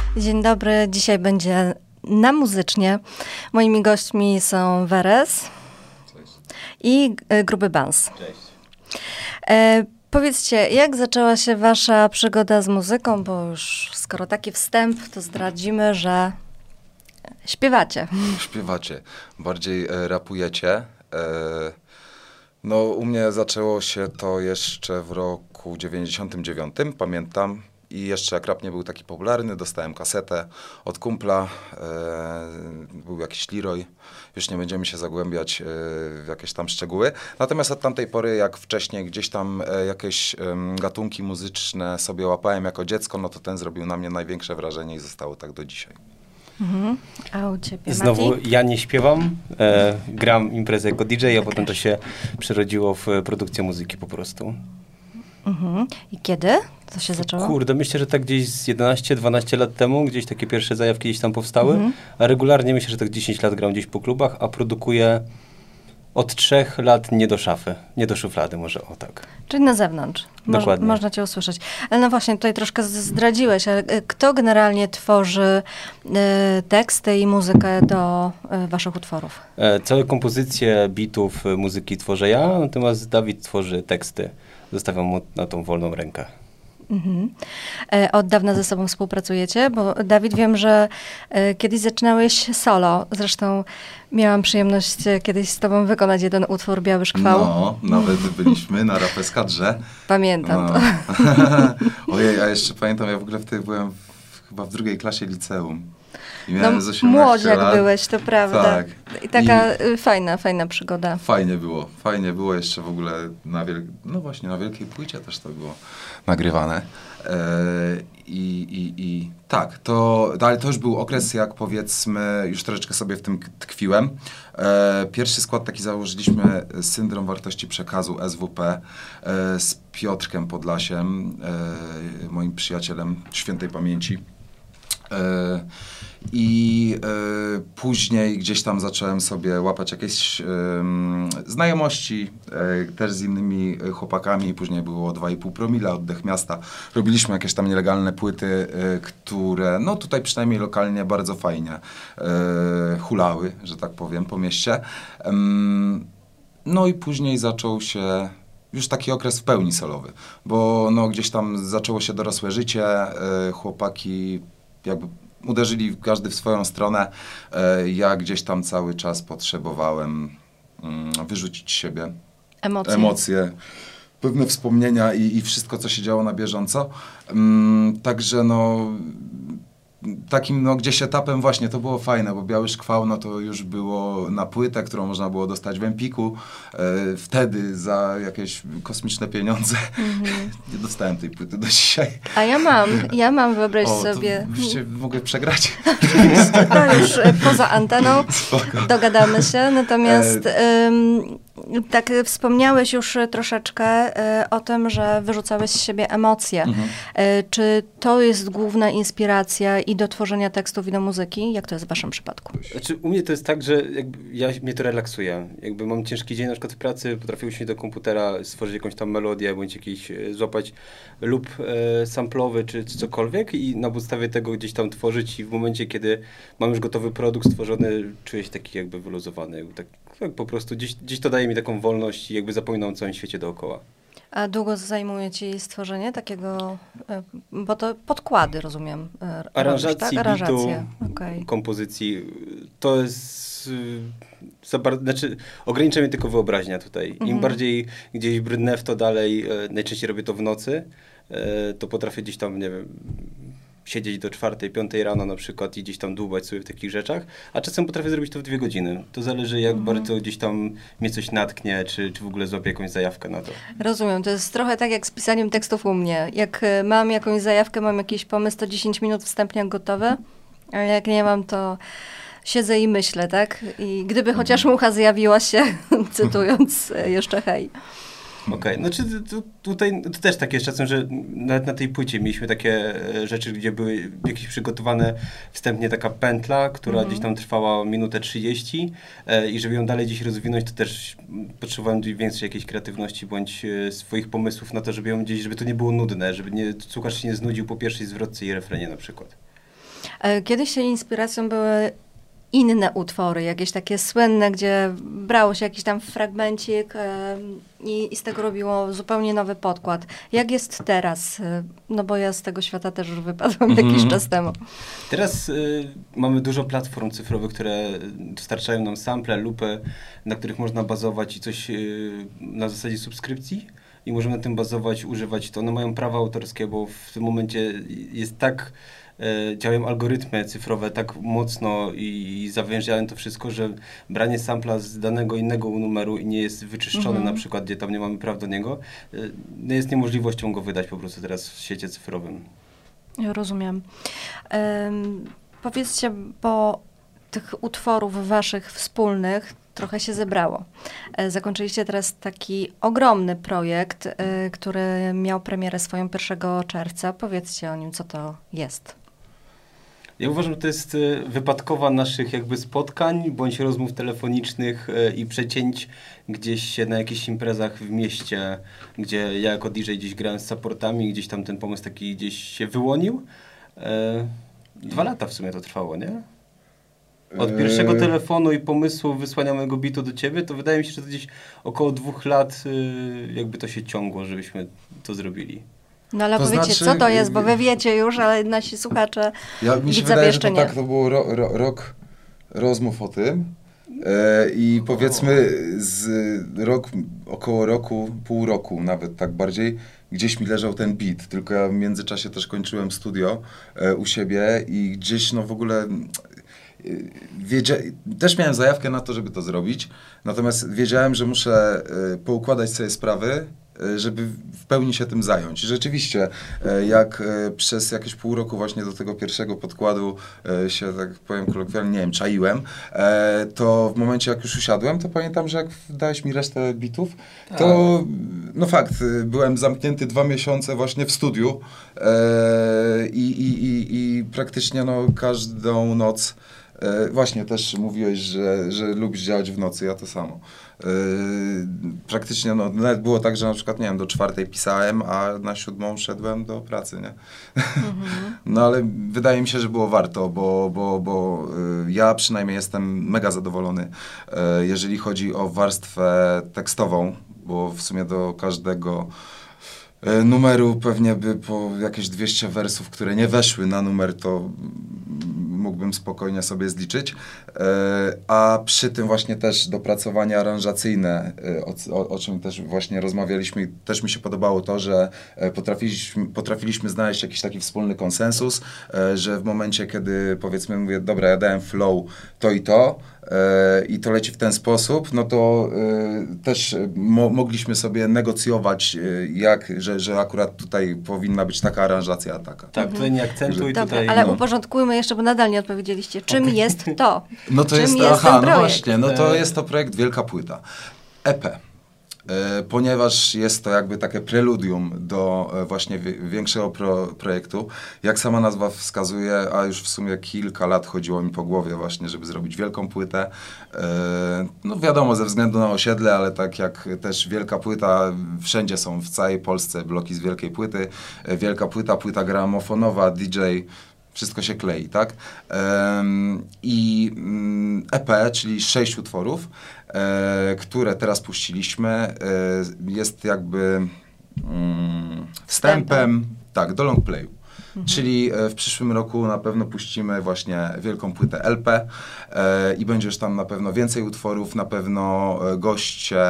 Dzień dobry, dzisiaj będzie na muzycznie. Moimi gośćmi są Weres i Gruby Bans. Cześć. Powiedzcie, jak zaczęła się wasza przygoda z muzyką, bo już skoro taki wstęp, to zdradzimy, że śpiewacie. Śpiewacie, bardziej rapujecie. No u mnie zaczęło się to jeszcze w roku 99, pamiętam. I jeszcze jak rap nie był taki popularny, dostałem kasetę od kumpla, był jakiś Leroy, już nie będziemy się zagłębiać w jakieś tam szczegóły. Natomiast od tamtej pory, jak wcześniej gdzieś tam jakieś gatunki muzyczne sobie łapałem jako dziecko, no to ten zrobił na mnie największe wrażenie i zostało tak do dzisiaj. Mhm. A u ciebie, Znowu Mati? ja nie śpiewam, gram imprezę jako DJ, a potem to się przerodziło w produkcję muzyki po prostu. Mhm. I kiedy to się zaczęło? Kurde, myślę, że tak gdzieś z 11-12 lat temu, gdzieś takie pierwsze zajawki gdzieś tam powstały, a regularnie myślę, że tak 10 lat gram gdzieś po klubach, a produkuję od 3 lat nie do szafy, nie do szuflady może, o tak. Czyli na zewnątrz. Dokładnie. Można cię usłyszeć. Ale no właśnie, tutaj troszkę zdradziłeś, ale kto generalnie tworzy teksty i muzykę do waszych utworów? Całe kompozycje bitów, muzyki tworzę ja, natomiast Dawid tworzy teksty. Zostawiam mu na tą wolną rękę. Mhm. Od dawna ze sobą współpracujecie, bo Dawid, wiem, że kiedyś zaczynałeś solo. Zresztą miałam przyjemność kiedyś z tobą wykonać jeden utwór, Biały Szkwał. No, nawet byliśmy na Rapeskadrze. Pamiętam to. Ojej, a jeszcze pamiętam, ja w ogóle wtedy byłem chyba w drugiej klasie liceum. I No, miałem z 18 młodziak lat. byłeś, to prawda. Tak. I taka fajna przygoda. Fajnie było jeszcze w ogóle no właśnie na wielkiej płycie też to było nagrywane. Tak, ale to już był okres, jak powiedzmy, już troszeczkę sobie w tym tkwiłem. Pierwszy skład taki założyliśmy, Syndrom Wartości Przekazu, SWP, z Piotrkiem Podlasiem, moim przyjacielem świętej pamięci. Później gdzieś tam zacząłem sobie łapać jakieś znajomości też z innymi chłopakami. Później było 2,5 promila, Oddech Miasta. Robiliśmy jakieś tam nielegalne płyty, które no tutaj przynajmniej lokalnie bardzo fajnie hulały, że tak powiem, po mieście. No i później zaczął się już taki okres w pełni solowy, bo no gdzieś tam zaczęło się dorosłe życie, chłopaki jakby uderzyli każdy w swoją stronę. Ja gdzieś tam cały czas potrzebowałem wyrzucić z siebie emocje, pewne wspomnienia i wszystko, co się działo na bieżąco. Także no takim no gdzieś etapem właśnie to było fajne, bo Biały Szkwał no to już było na płytę, którą można było dostać w Empiku. Wtedy za jakieś kosmiczne pieniądze. Nie dostałem tej płyty do dzisiaj. A ja mam, wyobraź sobie. Wyście mogę przegrać. To już poza anteną. Spoko. Dogadamy się. Natomiast tak wspomniałeś już troszeczkę o tym, że wyrzucałeś z siebie emocje. Czy to jest główna inspiracja i do tworzenia tekstów, i do muzyki? Jak to jest w waszym przypadku? Znaczy, u mnie to jest tak, że jakby mnie to relaksuje. Jakby mam ciężki dzień na przykład w pracy, potrafię usiąść do komputera, stworzyć jakąś tam melodię, bądź jakiś złapać lub samplowy, czy cokolwiek i na podstawie tego gdzieś tam tworzyć i w momencie, kiedy mam już gotowy produkt stworzony, czuję się taki jakby wyluzowany. Jakby tak po prostu gdzieś to daje mi taką wolność i jakby zapominam o całym świecie dookoła. A długo zajmuje ci stworzenie takiego, bo to podkłady, rozumiem. Aranżacji, tak? bitu, Okay. kompozycji, to jest, znaczy ogranicza mnie tylko wyobraźnia tutaj. Im bardziej gdzieś brnę w to dalej, najczęściej robię to w nocy, to potrafię gdzieś tam, nie wiem, siedzieć do 4-5 rano na przykład i gdzieś tam dłubać sobie w takich rzeczach, a czasem potrafię zrobić to w 2 godziny. To zależy jak bardzo gdzieś tam mnie coś natknie, czy w ogóle złapię jakąś zajawkę na to. Rozumiem, to jest trochę tak jak z pisaniem tekstów u mnie. Jak mam jakąś zajawkę, mam jakiś pomysł, to 10 minut wstępnie gotowe, a jak nie mam, to siedzę i myślę, tak? I gdyby chociaż mucha zjawiła się, cytując jeszcze Hej. Okej, znaczy tutaj to też takie czasem, że nawet na tej płycie mieliśmy takie rzeczy, gdzie były jakieś przygotowane wstępnie taka pętla, która gdzieś tam trwała minutę 30 i żeby ją dalej gdzieś rozwinąć, to też potrzebowałem więcej jakiejś kreatywności bądź swoich pomysłów na to, żeby ją gdzieś, żeby to nie było nudne, żeby słuchacz się nie znudził po pierwszej zwrotce i refrenie na przykład. Kiedyś się inspiracją były inne utwory, jakieś takie słynne, gdzie brało się jakiś tam fragmencik i z tego robiło zupełnie nowy podkład. Jak jest teraz? No bo ja z tego świata też już wypadłam jakiś czas temu. Teraz mamy dużo platform cyfrowych, które dostarczają nam sample, lupy, na których można bazować i coś na zasadzie subskrypcji i możemy na tym bazować, używać to. One mają prawa autorskie, bo w tym momencie jest tak działają algorytmy cyfrowe tak mocno i zawężają to wszystko, że branie sampla z danego innego numeru i nie jest wyczyszczony na przykład, gdzie tam nie mamy praw do niego, jest niemożliwością go wydać po prostu teraz w świecie cyfrowym. Ja rozumiem. Powiedzcie, bo tych utworów waszych wspólnych trochę się zebrało. Zakończyliście teraz taki ogromny projekt, który miał premierę swoją 1 czerwca. Powiedzcie o nim, co to jest. Ja uważam, że to jest wypadkowa naszych jakby spotkań, bądź rozmów telefonicznych i przecięć gdzieś się na jakichś imprezach w mieście, gdzie ja jako DJ gdzieś grałem z supportami, gdzieś tam ten pomysł taki gdzieś się wyłonił. 2 lata w sumie to trwało, nie? Od pierwszego telefonu i pomysłu wysłania mojego bitu do ciebie, to wydaje mi się, że to gdzieś około 2 lat jakby to się ciągło, żebyśmy to zrobili. No ale powiedzcie, co to jest, bo wy wiecie już, ale nasi słuchacze mi się wydaje, że to tak, to było rok rozmów o tym i powiedzmy około roku, pół roku nawet tak bardziej, gdzieś mi leżał ten beat, tylko ja w międzyczasie też kończyłem studio u siebie i gdzieś w ogóle też miałem zajawkę na to, żeby to zrobić, natomiast wiedziałem, że muszę poukładać sobie sprawy, żeby w pełni się tym zająć. I rzeczywiście, jak przez jakieś pół roku właśnie do tego pierwszego podkładu się, tak powiem kolokwialnie, nie wiem, czaiłem, to w momencie jak już usiadłem, to pamiętam, że jak dałeś mi resztę bitów, to no fakt, byłem zamknięty 2 miesiące właśnie w studiu i praktycznie każdą noc właśnie też mówiłeś, że lubisz działać w nocy, ja to samo. Praktycznie nawet było tak, że na przykład, nie wiem, do 4 pisałem, a na 7 szedłem do pracy, nie? No ale wydaje mi się, że było warto, bo ja przynajmniej jestem mega zadowolony, jeżeli chodzi o warstwę tekstową, bo w sumie do każdego numeru pewnie by po jakieś 200 wersów, które nie weszły na numer, to mógłbym spokojnie sobie zliczyć. A przy tym właśnie też dopracowania aranżacyjne, o czym też właśnie rozmawialiśmy, też mi się podobało to, że potrafiliśmy znaleźć jakiś taki wspólny konsensus, że w momencie, kiedy powiedzmy mówię, dobra, ja dałem flow to i to leci w ten sposób, no to też mogliśmy sobie negocjować, że akurat tutaj powinna być taka aranżacja, taka. Tak, tutaj nie akcentuj, dobra, tutaj... ale uporządkujmy jeszcze, bo nadal nie odpowiedzieliście. Czym jest to? No to czym jest, ten projekt? no właśnie, no to jest to projekt Wielka Płyta. EP. Ponieważ jest to jakby takie preludium do właśnie większego projektu. Jak sama nazwa wskazuje, a już w sumie kilka lat chodziło mi po głowie właśnie, żeby zrobić wielką płytę. No wiadomo, ze względu na osiedle, ale tak jak też Wielka Płyta, wszędzie są w całej Polsce bloki z Wielkiej Płyty. Wielka Płyta, płyta gramofonowa, DJ, wszystko się klei, tak? I EP, czyli 6 utworów, które teraz puściliśmy, jest jakby wstępem tak, do long playu. Czyli w przyszłym roku na pewno puścimy właśnie wielką płytę LP i będzie już tam na pewno więcej utworów, na pewno goście,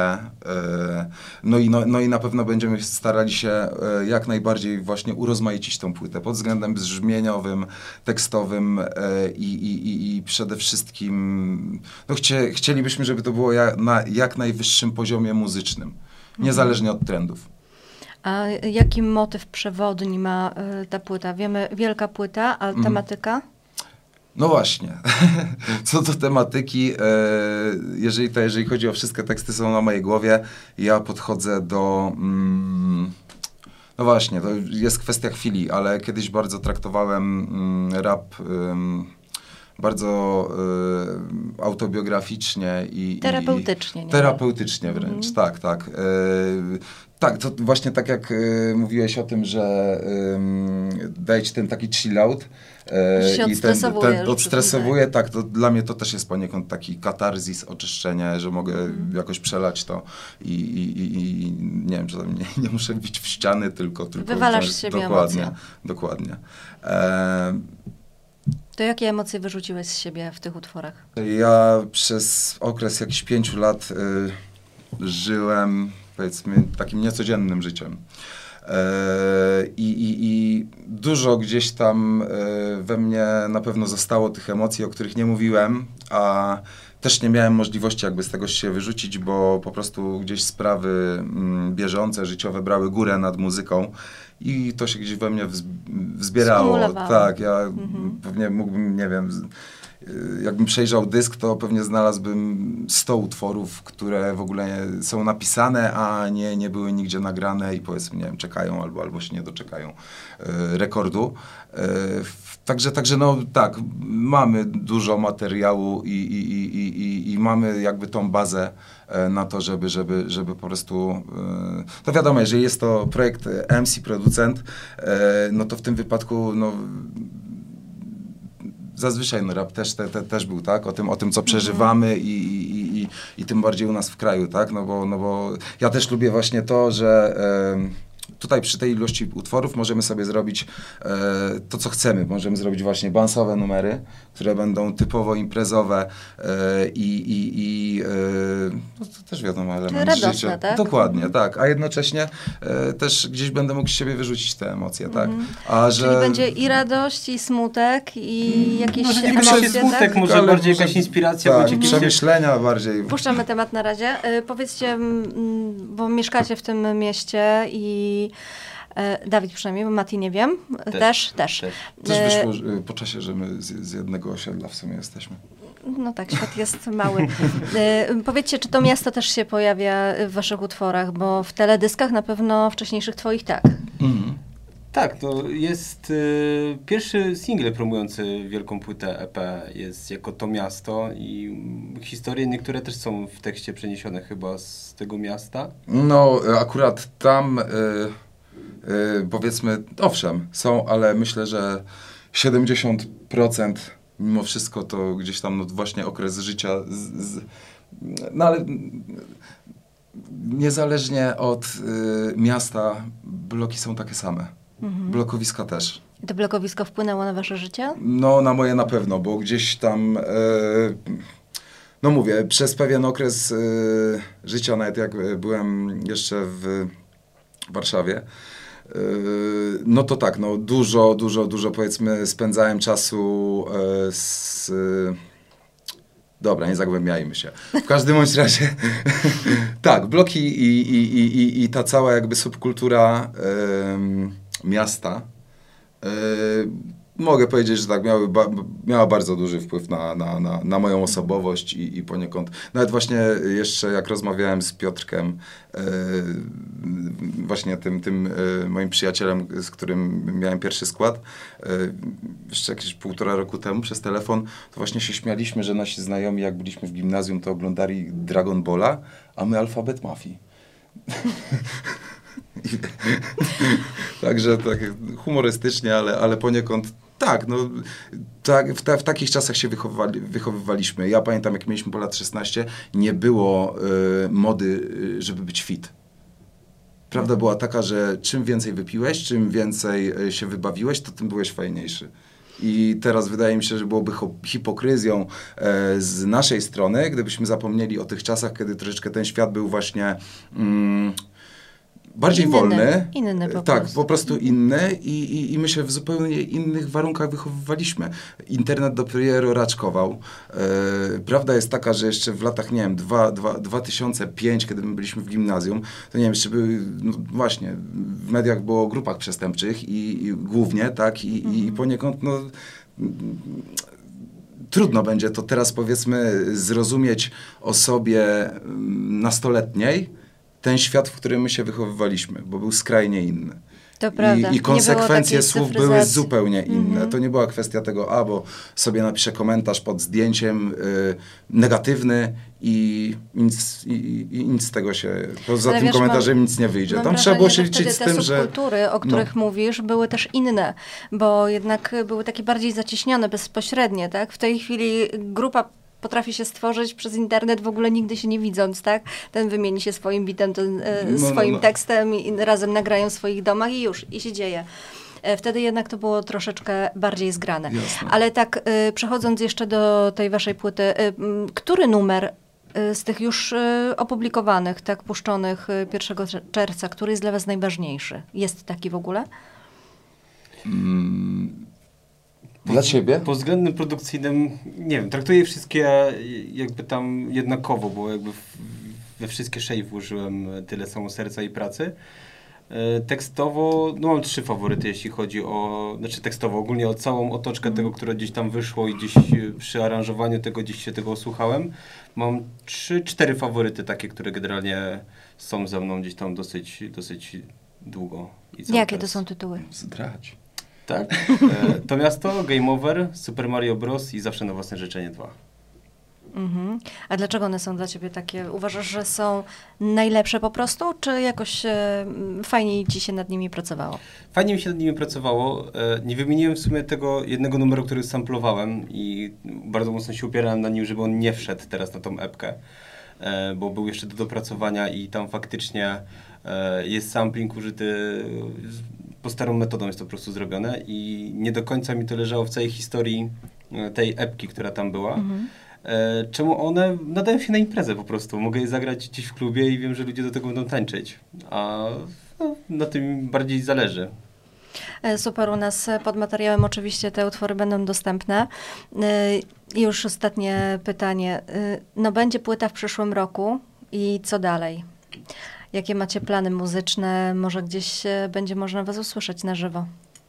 no i na pewno będziemy starali się jak najbardziej właśnie urozmaicić tą płytę pod względem brzmieniowym, tekstowym i przede wszystkim no chcielibyśmy, żeby to było na jak najwyższym poziomie muzycznym, niezależnie od trendów. A jaki motyw przewodni ma ta płyta? Wiemy, wielka płyta, a tematyka? No właśnie. Co do tematyki, jeżeli chodzi o wszystkie teksty są na mojej głowie, ja podchodzę do... no właśnie, to jest kwestia chwili, ale kiedyś bardzo traktowałem rap... bardzo autobiograficznie terapeutycznie. Terapeutycznie wręcz, tak. Tak, to właśnie tak jak mówiłeś o tym, że daje ci ten taki chill out i ten odstresowuje, tak, to dla mnie to też jest poniekąd taki katarzis, oczyszczenie, że mogę jakoś przelać to i nie wiem, że nie muszę bić w ściany, tylko wywalasz z siebie emocje. Dokładnie. To jakie emocje wyrzuciłeś z siebie w tych utworach? Ja przez okres jakichś 5 lat żyłem, powiedzmy, takim niecodziennym życiem. I dużo gdzieś tam we mnie na pewno zostało tych emocji, o których nie mówiłem, a też nie miałem możliwości jakby z tego się wyrzucić, bo po prostu gdzieś sprawy bieżące, życiowe brały górę nad muzyką i to się gdzieś we mnie wzbierało. Tak, ja pewnie mógłbym, nie wiem, jakbym przejrzał dysk, to pewnie znalazłbym 100 utworów, które w ogóle są napisane, a nie były nigdzie nagrane i powiedzmy, nie wiem, czekają albo się nie doczekają rekordu. Także no tak, mamy dużo materiału i mamy jakby tą bazę na to, żeby po prostu... No wiadomo, jeżeli jest to projekt MC, producent, no to w tym wypadku no, zazwyczaj no, rap też był, tak? O tym, co przeżywamy i tym bardziej u nas w kraju, tak? No bo ja też lubię właśnie to, że tutaj przy tej ilości utworów możemy sobie zrobić to, co chcemy. Możemy zrobić właśnie bansowe numery, które będą typowo imprezowe no to też wiadomo, element radosne, życia. Tak? Dokładnie, tak. A jednocześnie też gdzieś będę mógł z siebie wyrzucić te emocje, tak. Czyli będzie i radość, i smutek, i jakieś może emocje, smutek, tak? może ale bardziej jakaś inspiracja. Tak, bądź przemyślenia bardziej. Puszczamy temat na razie. Powiedzcie, bo mieszkacie w tym mieście i Dawid przynajmniej, bo Mati nie wiem. Też. Też wyszło po czasie, że my z jednego osiedla w sumie jesteśmy. No tak, świat jest mały. Powiedzcie, czy to miasto też się pojawia w waszych utworach, bo w teledyskach na pewno wcześniejszych twoich tak. Tak, to jest pierwszy singiel promujący wielką płytę EP, jest jako To Miasto i historie niektóre też są w tekście przeniesione chyba z tego miasta. No akurat tam powiedzmy, owszem, są, ale myślę, że 70% mimo wszystko to gdzieś tam no, właśnie okres życia no ale niezależnie od miasta bloki są takie same. Blokowiska też. I to blokowisko wpłynęło na wasze życie? No na moje na pewno, bo gdzieś tam no mówię, przez pewien okres życia, nawet jak byłem jeszcze w Warszawie, no to tak, no dużo powiedzmy spędzałem czasu Dobra, nie zagłębiajmy się. W każdym bądź razie tak, bloki i ta cała jakby subkultura miasta mogę powiedzieć, że tak miała bardzo duży wpływ na moją osobowość i poniekąd. Nawet właśnie jeszcze jak rozmawiałem z Piotrkiem, właśnie tym moim przyjacielem, z którym miałem pierwszy skład, jeszcze jakieś 1,5 roku temu przez telefon, to właśnie się śmialiśmy, że nasi znajomi, jak byliśmy w gimnazjum, to oglądali Dragon Balla, a my Alfabet Mafii. Także tak humorystycznie, ale poniekąd tak, no tak, w takich czasach się wychowywaliśmy. Ja pamiętam, jak mieliśmy po lat 16, nie było mody, żeby być fit. Prawda była taka, że czym więcej wypiłeś, czym więcej się wybawiłeś, to tym byłeś fajniejszy. I teraz wydaje mi się, że byłoby hipokryzją z naszej strony, gdybyśmy zapomnieli o tych czasach, kiedy troszeczkę ten świat był właśnie bardziej wolny. Inny po tak, prostu. po prostu inny i my się w zupełnie innych warunkach wychowywaliśmy. Internet dopiero raczkował. Prawda jest taka, że jeszcze w latach, nie wiem, 2005, kiedy my byliśmy w gimnazjum, to nie wiem, jeszcze były, no właśnie, w mediach było o grupach przestępczych i głównie, tak, i poniekąd, no trudno będzie to teraz, powiedzmy, zrozumieć osobie nastoletniej, ten świat, w którym my się wychowywaliśmy, bo był skrajnie inny. To prawda. I konsekwencje nie słów były zupełnie inne. To nie była kwestia tego, bo sobie napiszę komentarz pod zdjęciem negatywny i nic z tego się, poza tym komentarzem nic nie wyjdzie. Tam trzeba było się liczyć z tym, że... Te subkultury, o których mówisz, były też inne, bo jednak były takie bardziej zacieśnione, bezpośrednie, tak? W tej chwili grupa potrafi się stworzyć przez internet, w ogóle nigdy się nie widząc, tak? Ten wymieni się swoim bitem, ten swoim tekstem i razem nagrają w swoich domach i już, i się dzieje. Wtedy jednak to było troszeczkę bardziej zgrane. Jasne. Ale tak, przechodząc jeszcze do tej waszej płyty, który numer z tych już opublikowanych, tak, puszczonych 1 czerwca, który jest dla was najważniejszy? Jest taki w ogóle? Dla ciebie? Pod względem produkcyjnym, nie wiem, traktuję wszystkie jakby tam jednakowo, bo jakby we wszystkie 6 włożyłem tyle samo serca i pracy. Tekstowo, no mam 3 faworyty, jeśli chodzi o, znaczy tekstowo, ogólnie o całą otoczkę tego, które gdzieś tam wyszło i gdzieś przy aranżowaniu tego, gdzieś się tego słuchałem. Mam 3-4 faworyty takie, które generalnie są ze mną gdzieś tam dosyć długo. Jakie to są tytuły? Zdrać. Tak? To miasto, Game Over, Super Mario Bros. I Zawsze na własne życzenie 2. A dlaczego one są dla ciebie takie? Uważasz, że są najlepsze po prostu, czy jakoś fajniej ci się nad nimi pracowało? Fajnie mi się nad nimi pracowało. Nie wymieniłem w sumie tego jednego numeru, który samplowałem i bardzo mocno się upierałem na nim, żeby on nie wszedł teraz na tą epkę, bo był jeszcze do dopracowania i tam faktycznie jest sampling użyty, po starą metodą jest to po prostu zrobione i nie do końca mi to leżało w całej historii tej epki, która tam była. Czemu one nadają się na imprezę po prostu. Mogę je zagrać gdzieś w klubie i wiem, że ludzie do tego będą tańczyć. A na tym mi bardziej zależy. Super, u nas pod materiałem oczywiście te utwory będą dostępne. I już ostatnie pytanie. No będzie płyta w przyszłym roku i co dalej? Jakie macie plany muzyczne? Może gdzieś będzie można was usłyszeć na żywo?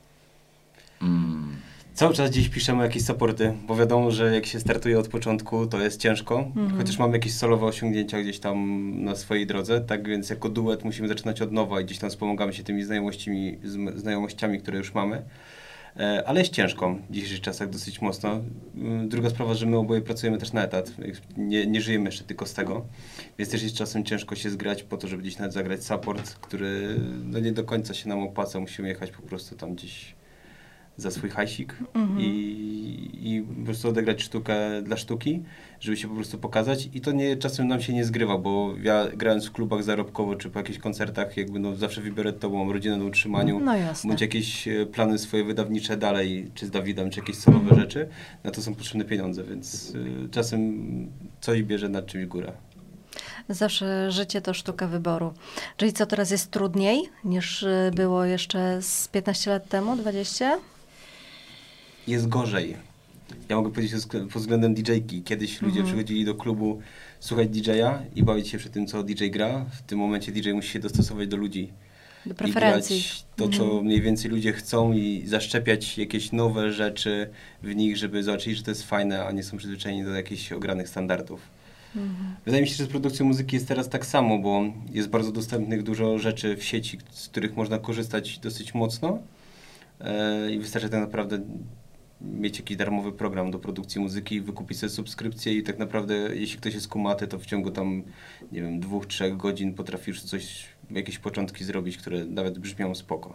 Cały czas gdzieś piszemy jakieś supporty, bo wiadomo, że jak się startuje od początku, to jest ciężko. Chociaż mamy jakieś solowe osiągnięcia gdzieś tam na swojej drodze, tak więc jako duet musimy zaczynać od nowa i gdzieś tam wspomagamy się tymi znajomościami, które już mamy. Ale jest ciężko w dzisiejszych czasach dosyć mocno. Druga sprawa, że my oboje pracujemy też na etat. Nie żyjemy jeszcze tylko z tego. Więc też jest czasem ciężko się zgrać po to, żeby gdzieś nawet zagrać support, który no nie do końca się nam opłaca. Musimy jechać po prostu tam gdzieś za swój hajsik i po prostu odegrać sztukę dla sztuki, żeby się po prostu pokazać i to czasem nam się nie zgrywa, bo ja grając w klubach zarobkowo czy po jakichś koncertach jakby no zawsze wybiorę to, bo mam rodzinę na utrzymaniu, bądź jakieś plany swoje wydawnicze dalej, czy z Dawidem, czy jakieś solowe rzeczy, na to są potrzebne pieniądze, więc czasem coś bierze nad czymś górę. Zawsze życie to sztuka wyboru. Czyli co, teraz jest trudniej niż było jeszcze z 15 lat temu, 20? Jest gorzej. Ja mogę powiedzieć pod względem DJ-ki. Kiedyś ludzie przychodzili do klubu słuchać DJ-a i bawić się przy tym, co DJ gra. W tym momencie DJ musi się dostosować do ludzi. Do preferencji. I grać to, co mniej więcej ludzie chcą i zaszczepiać jakieś nowe rzeczy w nich, żeby zobaczyli, że to jest fajne, a nie są przyzwyczajeni do jakichś ogranych standardów. Wydaje mi się, że z produkcją muzyki jest teraz tak samo, bo jest bardzo dostępnych dużo rzeczy w sieci, z których można korzystać dosyć mocno i wystarczy tak naprawdę mieć jakiś darmowy program do produkcji muzyki, wykupić sobie subskrypcję i tak naprawdę jeśli ktoś jest kumaty, to w ciągu tam, nie wiem, 2-3 godzin potrafi już coś, jakieś początki zrobić, które nawet brzmią spoko.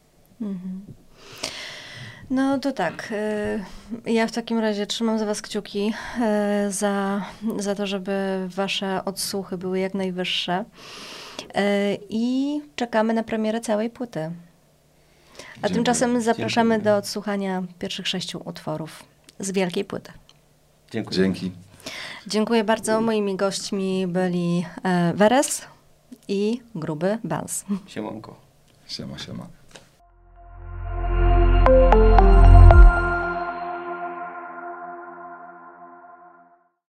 No to tak, ja w takim razie trzymam za was kciuki za to, żeby wasze odsłuchy były jak najwyższe i czekamy na premierę całej płyty. A tymczasem zapraszamy do odsłuchania pierwszych 6 utworów z wielkiej płyty. Dziękuję. Dzięki. Dziękuję bardzo. Moimi gośćmi byli Weres i Gruby Bans. Siemanko. Siema.